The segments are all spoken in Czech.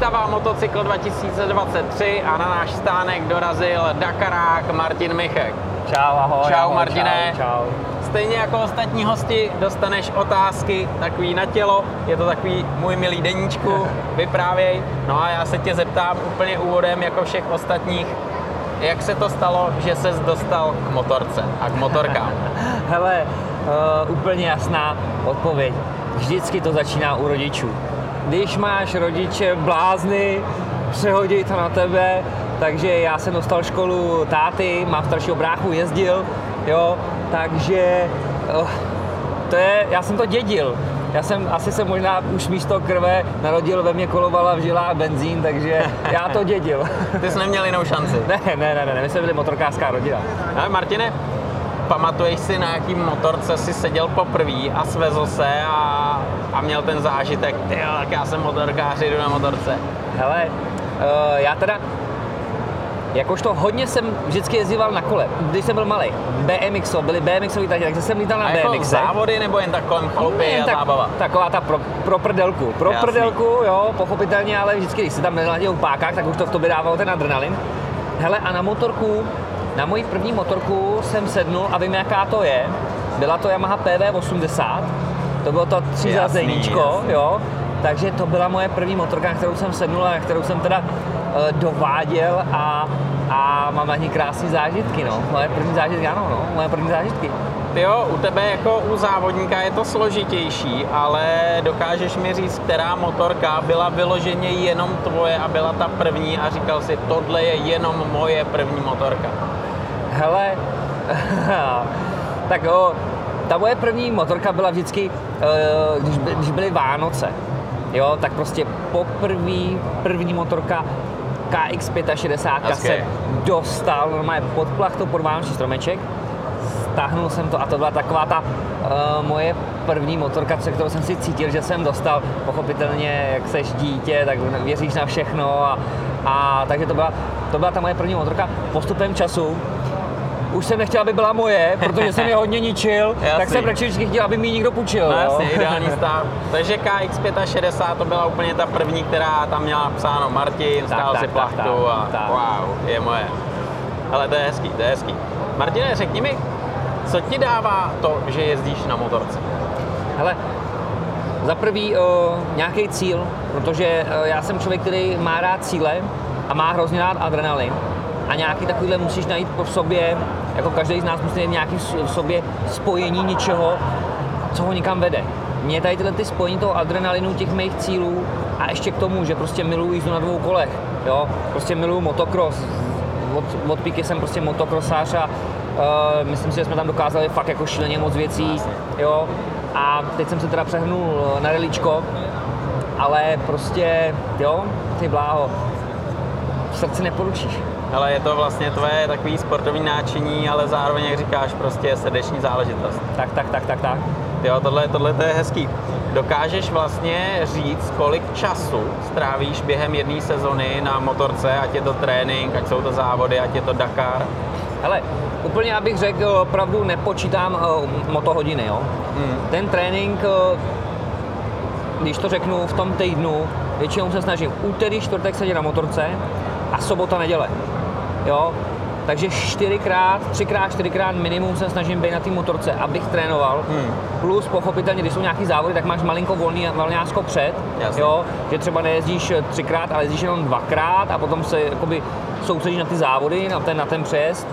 Vltava Motocykl 2023 a na náš stánek dorazil Dakarák Martin Michek. Čau, ahoj. Čau ahoj, Martine. Čau. Stejně jako ostatní hosti dostaneš otázky takový na tělo, je to takový můj milý deníčku, vyprávěj. No a já se tě zeptám úplně úvodem jako všech ostatních, jak se to stalo, že ses dostal k motorce a k motorkám? Hele, úplně jasná odpověď. Vždycky to začíná u rodičů. Když máš rodiče blázny, přehodí to na tebe, takže já jsem dostal školu táty, mám staršího bráchu, jezdil, jo, takže já jsem to dědil. Asi jsem možná už místo krve narodil, ve mně kolovala v žilách benzín, takže já to dědil. Ty jsi neměl jinou šanci? Ne, my jsme byli motorkářská rodina. Ale Martine, pamatuješ si, na jaký motorce jsi seděl poprvé a svezl se a měl ten zážitek, tyjo, tak já jsem motorkář, jdu na motorce? Hele, já teda, jakožto hodně jsem vždycky jezdíval na kole, když jsem byl malý. Byly BMXový taky, takže jsem lítal na BMX. Jako závody nebo jen tak kolem chalupy a zábava? Taková ta pro prdelku. Pro prdelku, jo, pochopitelně, ale vždycky, když si tam nenaladil v pákách, tak už to v tobě dávalo ten adrenalin. Hele, a na moji první motorku jsem sednul a vím, jaká to je. Byla to Yamaha PV80, to bylo to 3zazeníčko, jo. Takže to byla moje první motorka, na kterou jsem sednul a na kterou jsem teda dováděl a mám na ní krásné zážitky, no. Moje první zážitky. Jo, u tebe jako u závodníka je to složitější, ale dokážeš mi říct, která motorka byla vyloženě jenom tvoje a byla ta první a říkal si, tohle je jenom moje první motorka? Hele, tak jo, ta moje první motorka byla vždycky, když byly Vánoce, jo, tak prostě první motorka KX65 se dostal normálně pod plachtou pod vánoční stromeček, stáhnul jsem to a to byla taková ta moje první motorka, kterou jsem si cítil, že jsem dostal. Pochopitelně, jak seš dítě, tak věříš na všechno a takže to byla ta moje první motorka. Postupem času už jsem nechtěl, aby byla moje, protože jsem je hodně ničil, tak jsem radši vždycky chtěl, aby mi ji někdo půjčil. No jasně, ideální stav. Takže KX65 to byla úplně ta první, která tam měla psáno Martin, stál si plachtu a wow, je moje. Ale to je hezký. Martine, řekni mi, co ti dává to, že jezdíš na motorce? Hele, za prvý nějaký cíl, protože já jsem člověk, který má rád cíle a má hrozně rád adrenalin. A nějaký takovýhle musíš najít po sobě, jako každý z nás musí najít nějaký v sobě spojení něčeho, co ho někam vede. Mě tady tyhle ty spojení toho adrenalinu, těch mých cílů a ještě k tomu, že prostě miluji jízdu na dvou kolech, jo, prostě miluji motocross. Od píky jsem prostě motocrossář a myslím si, že jsme tam dokázali fakt jako šíleně moc věcí, jo. A teď jsem se teda přehnul na rallyčko, ale prostě, jo, ty bláho, v srdci neporučíš. Ale je to vlastně tvoje takový sportovní náčiní, ale zároveň, jak říkáš, prostě srdeční záležitost. Tak. Jo, tohle to je hezký. Dokážeš vlastně říct, kolik času strávíš během jedné sezony na motorce, ať je to trénink, ať jsou to závody, ať je to Dakar? Hele, úplně abych řekl, opravdu nepočítám motohodiny, jo. Ten trénink, když to řeknu v tom týdnu, většinou se snažím úterý, čtvrtek sedět na motorce a sobota, neděle, jo. Takže 3x, 4x minimum se snažím být na té motorce, abych trénoval. Plus pochopitelně, když jsou nějaký závody, tak máš malinko volňásko před, jo, že třeba nejezdíš 3x, ale jezdíš jenom 2x a potom se jakoby soustředíš na ty závody, na ten přejezd.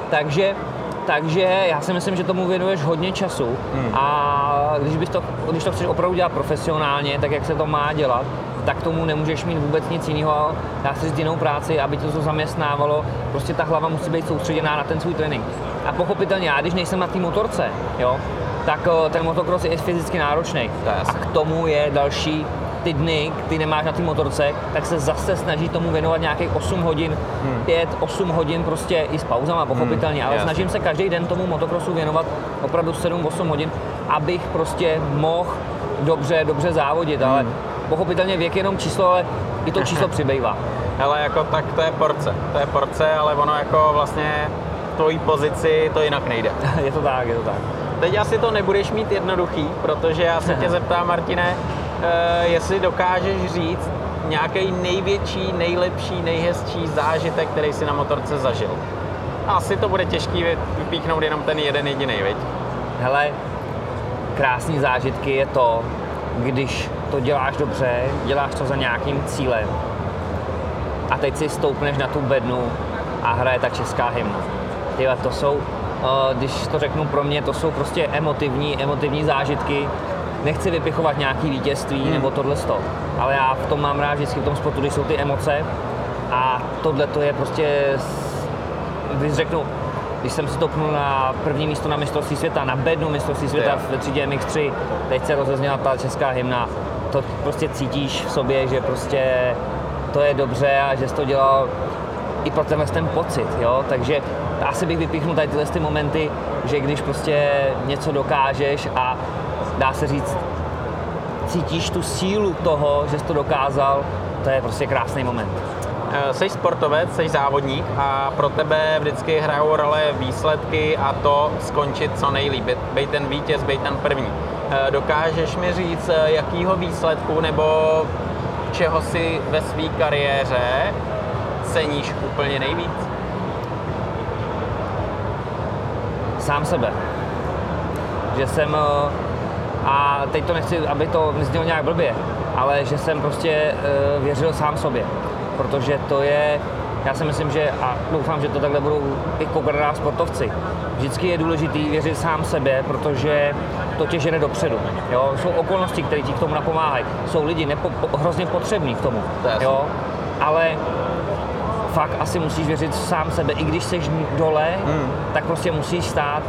Takže já si myslím, že tomu věnuješ hodně času a když to chceš opravdu dělat profesionálně, tak jak se to má dělat, tak tomu nemůžeš mít vůbec nic jiného, dá si říct jinou práci, aby to zaměstnávalo, prostě ta hlava musí být soustředěná na ten svůj trénink. A pochopitelně já, když nejsem na té motorce, jo, tak ten motocross je fyzicky náročný. A k tomu je další ty dny, kdy nemáš na té motorce, tak se zase snaží tomu věnovat nějakých 8 hodin, 5-8 hodin prostě i s pauzama, pochopitelně, ale snažím se každý den tomu motocrossu věnovat opravdu 7-8 hodin, abych prostě mohl dobře závodit, ale pochopitelně věk je jenom číslo, ale i to číslo přibývá. Hele, jako tak to je porce, ale ono jako vlastně v tvojí pozici to jinak nejde. Je to tak. Teď asi to nebudeš mít jednoduchý, protože já se tě zeptám, Martine, jestli dokážeš říct, nějaký největší, nejlepší, nejhezčí zážitek, který si na motorce zažil? Asi to bude těžký vypíchnout jenom ten jeden jediný, viď? Hele, krásný zážitky je to, když to děláš dobře, děláš to za nějakým cílem a teď si stoupneš na tu bednu a hraje ta česká hymna. Tyhle, to jsou, když to řeknu pro mě, to jsou prostě emotivní zážitky. Nechci vypichovat nějaký vítězství nebo tohleto, ale já v tom mám rád vždycky v tom sportu, když jsou ty emoce a tohle to je prostě, když řeknu, když jsem stoupnul na první místo na mistrovství světa, na bednu mistrovství světa ve třídě MX3, teď se rozezněla ta česká hymna, to prostě cítíš v sobě, že prostě to je dobře a že jsi to dělal i pro ten pocit, jo, takže asi bych vypíchnul tady tyhle ty momenty, že když prostě něco dokážeš a dá se říct, cítíš tu sílu toho, že jsi to dokázal, to je prostě krásný moment. Jsi sportovec, jsi závodník a pro tebe vždycky hrajou role výsledky a to skončit co nejlíp, bejt ten vítěz, bejt ten první. Dokážeš mi říct, jakýho výsledku nebo čeho si ve své kariéře ceníš úplně nejvíc? Sám sebe. Že jsem, a teď to nechci, aby to neznělo nějak blbě, ale že jsem prostě věřil sám sobě. Protože to je, já si myslím, že, a doufám, že to takhle budou i koukat sportovci, vždycky je důležitý věřit sám sebe, protože to tě žene dopředu. Jo? Jsou okolnosti, které ti k tomu napomáhají. Jsou lidi hrozně potřební k tomu. Jo? Ale fakt asi musíš věřit sám sebe, i když jsi dole, tak prostě musíš stát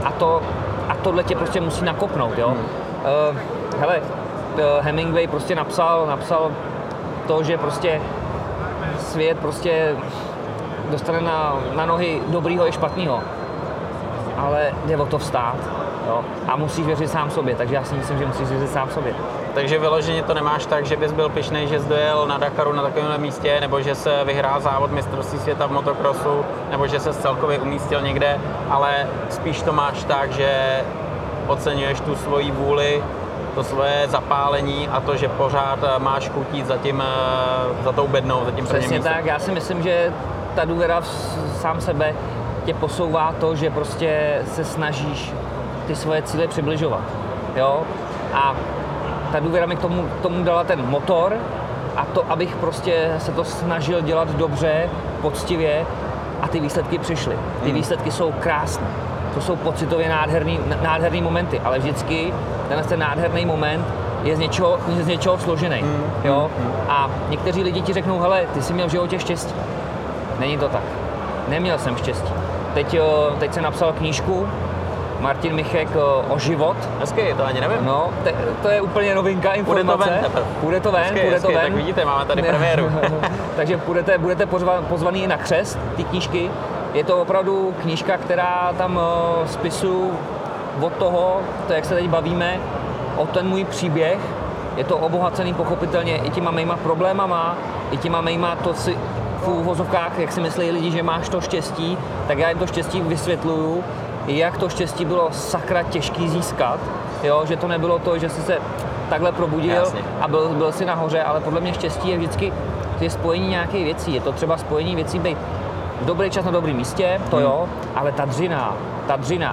a tohle tě prostě musí nakopnout. Jo? Hele, Hemingway prostě napsal to, že prostě svět prostě dostane na nohy dobrýho i špatného, ale jde o to vstát, jo? A musíš věřit sám sobě, takže já si myslím, že musíš věřit sám sobě. Takže vyloženě to nemáš tak, že bys byl pyšnej, že jsi dojel na Dakaru na takovémhle místě, nebo že se vyhrál závod mistrovství světa v motokrosu, nebo že se celkově umístil někde, ale spíš to máš tak, že oceňuješ tu svoji vůli, to svoje zapálení a to, že pořád máš chutít za tou bednou, za tím prvním místem. Tak, já si myslím, že ta důvěra v sám sebe tě posouvá to, že prostě se snažíš ty svoje cíle přibližovat, jo? A ta důvěra mi k tomu dala ten motor a to, abych prostě se to snažil dělat dobře, poctivě a ty výsledky přišly. Ty výsledky jsou krásné. To jsou pocitově nádherný momenty, ale vždycky ten nádherný moment je z něčeho složený. Jo? A někteří lidi ti řeknou, hele, ty jsi měl v životě štěstí. Není to tak. Neměl jsem štěstí. Teď jsem napsal knížku Martin Michek o život. Hezky, to ani nevím. No, to je úplně novinka, informace. Bude to ven. Tak vidíte, máme tady premiéru. Takže budete pozvaný na křest té knížky. Je to opravdu knížka, která tam spisu od toho, to jak se teď bavíme, o ten můj příběh. Je to obohacený pochopitelně i těma mýma problémama, i těma mýma to si v uvozovkách, jak si myslí lidi, že máš to štěstí, tak já jim to štěstí vysvětluju, jak to štěstí bylo sakra těžký získat, jo? Že to nebylo to, že jsi se takhle probudil. Jasně. A byl si nahoře, ale podle mě štěstí je vždycky spojení nějakých věcí. Je to třeba spojení věcí být v dobrý čas na dobrém místě, to jo, ale ta dřina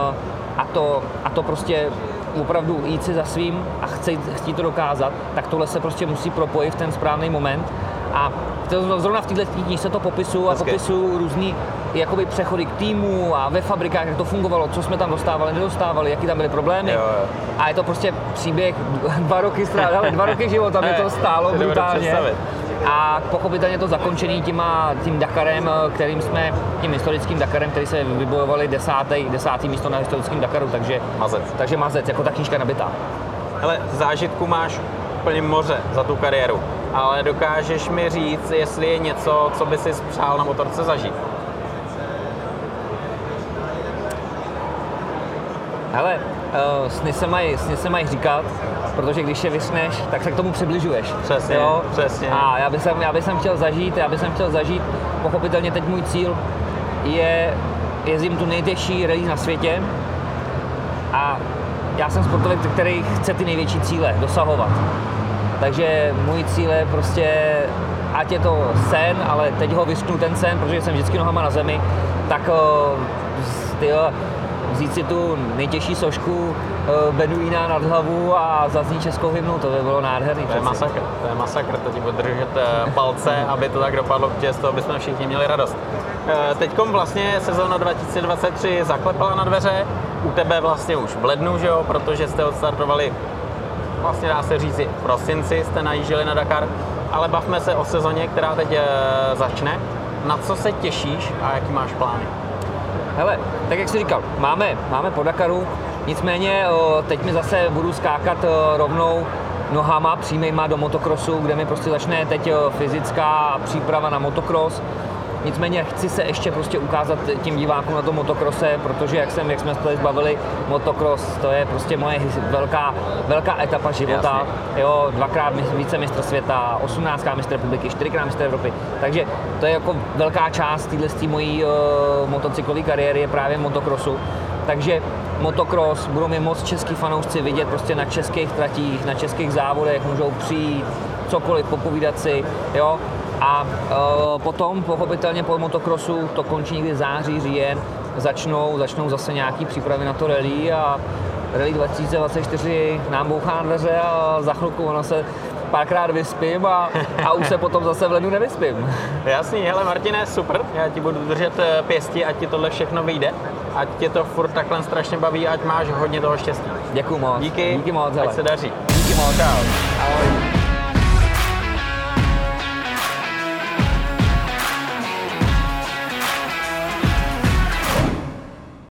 a to prostě opravdu jít si za svým a chtít to dokázat, tak tohle se prostě musí propojit v ten správný moment. A zrovna v této knize to popisuju různý jakoby přechody k týmu a ve fabrikách, jak to fungovalo, co jsme tam nedostávali, jaký tam byly problémy. Jo. A je to prostě příběh 2 roky života mě to stálo brutálně. A pochopitelně to zakončený tím Dakarem, tím historickým Dakarem, který se vybojovali 10. místo na historickém Dakaru, takže mazec, jako ta knížka nabitá. Hele, zážitku máš úplně moře za tu kariéru, ale dokážeš mi říct, jestli je něco, co by si přál na motorce zažít? Hele, sny se mají říkat, protože když je vysneš, tak se k tomu přibližuješ. Přesně, jo? Přesně. A já bych chtěl zažít, pochopitelně teď můj cíl je jezdím tu nejtěžší rally na světě a já jsem sportovec, který chce ty největší cíle dosahovat. Takže můj cíl je prostě, ať je to sen, ale teď ho vysknu ten sen, protože jsem vždycky nohama na zemi, tak vzít si tu nejtěžší sošku beduína nad hlavu a zaznít českou hymnu, to by bylo nádherný. To je masakr, to ti budu držet palce, aby to tak dopadlo, protože z toho bychom všichni měli radost. Teďkom vlastně sezóna 2023 zaklepala na dveře, u tebe vlastně už v lednu, že jo, protože jste odstartovali, vlastně dá se říct, v prosinci jste najížděli na Dakar, ale bavme se o sezóně, která teď začne. Na co se těšíš a jaký máš plány? Hele, tak jak jsi říkal, máme po Dakaru, nicméně teď mi zase budu skákat rovnou nohama přímejma do motokrosu, kde mi prostě začne teď fyzická příprava na motokros. Nicméně chci se ještě prostě ukázat tím divákům na tom motokrose, protože jak jsme se bavili, motokros to je prostě moje velká etapa života. Jasně. Jo, 2krát vícemistr světa, 18krát mistr republiky, 4krát mistr Evropy. Takže to je jako velká část téhle mojí motocyklové kariéry je právě motokrosu. Takže motokros budou mi moc český fanoušci vidět prostě na českých tratích, na českých závodech, můžou přijít, cokoliv, popovídat si, jo. A potom pochopitelně po motokrosu, to končí někdy září, říjen, začnou zase nějaký přípravy na to rally a rally 2024 nám bouchá na dveře a za chvilku ono se párkrát vyspím a už se potom zase v lednu nevyspím. Jasný, hele Martine, super, já ti budu držet pěstí, ať ti tohle všechno vyjde, ať tě to furt takhle strašně baví, ať máš hodně toho štěstí. Děkuju moc. Díky moc, hele. Ať se daří. Díky moc. Čau. Ahoj.